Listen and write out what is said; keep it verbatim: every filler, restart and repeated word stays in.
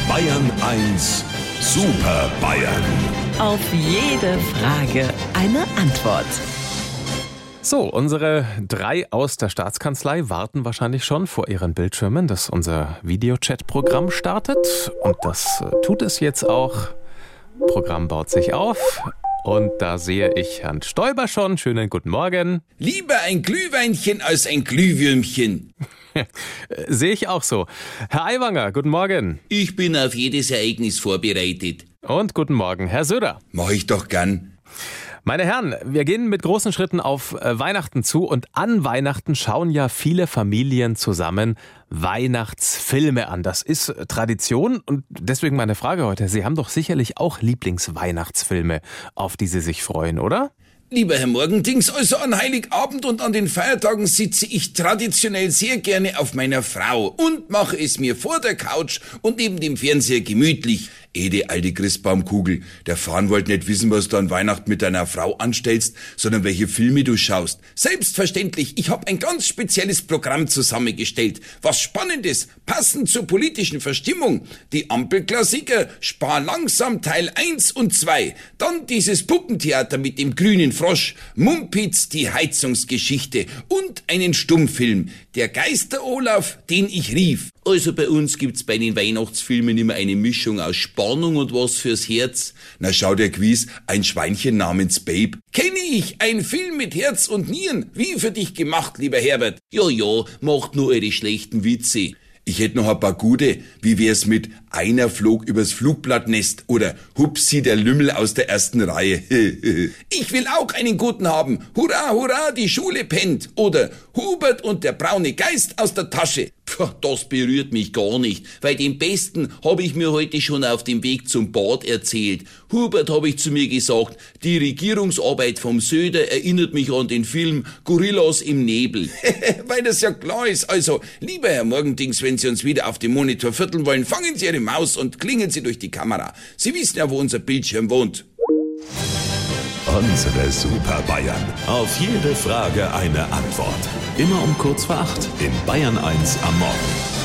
Bayern eins Super Bayern. Auf jede Frage eine Antwort. So, unsere drei aus der Staatskanzlei warten wahrscheinlich schon vor ihren Bildschirmen, dass unser Videochat-Programm startet. Und das äh, tut es jetzt auch. Programm baut sich auf. Und da sehe ich Herrn Stoiber schon. Schönen guten Morgen. Lieber ein Glühweinchen als ein Glühwürmchen. Sehe ich auch so. Herr Aiwanger, guten Morgen. Ich bin auf jedes Ereignis vorbereitet. Und guten Morgen, Herr Söder. Mach ich doch gern. Meine Herren, wir gehen mit großen Schritten auf äh, Weihnachten zu und an Weihnachten schauen ja viele Familien zusammen Weihnachtsfilme an. Das ist äh, Tradition und deswegen meine Frage heute. Sie haben doch sicherlich auch Lieblingsweihnachtsfilme, auf die Sie sich freuen, oder? Lieber Herr Morgendings, also an Heiligabend und an den Feiertagen sitze ich traditionell sehr gerne auf meiner Frau und mache es mir vor der Couch und neben dem Fernseher gemütlich. Ede, alte Christbaumkugel, der Fahnen wollte nicht wissen, was du an Weihnachten mit deiner Frau anstellst, sondern welche Filme du schaust. Selbstverständlich, ich habe ein ganz spezielles Programm zusammengestellt. Was Spannendes, passend zur politischen Verstimmung. Die Ampelklassiker, Spar langsam Teil eins und zwei. Dann dieses Puppentheater mit dem grünen Frosch, Mumpitz, die Heizungsgeschichte und einen Stummfilm, der Geister Olaf, den ich rief. Also bei uns gibt's bei den Weihnachtsfilmen immer eine Mischung aus Spannung und was fürs Herz. Na schau der Quiz, ein Schweinchen namens Babe. Kenne ich, ein Film mit Herz und Nieren, wie für dich gemacht, lieber Herbert. Ja, ja, macht nur eure schlechten Witze. Ich hätte noch ein paar gute. Wie wär's mit Einer flog übers Flugblattnest oder Hupsi, der Lümmel aus der ersten Reihe. Ich will auch einen guten haben. Hurra, hurra, die Schule pennt. Oder Hubert und der braune Geist aus der Tasche. Puh, das berührt mich gar nicht, weil den besten habe ich mir heute schon auf dem Weg zum Bad erzählt. Hubert habe ich zu mir gesagt, die Regierungsarbeit vom Söder erinnert mich an den Film Gorillas im Nebel. Weil das ja klar ist. Also, lieber Herr Morgendings, wenn Sie uns wieder auf dem Monitor vierteln wollen, fangen Sie Ihre Maus und klingeln Sie durch die Kamera. Sie wissen ja, wo unser Bildschirm wohnt. Unsere Super Bayern. Auf jede Frage eine Antwort. Immer um kurz vor acht in Bayern eins am Morgen.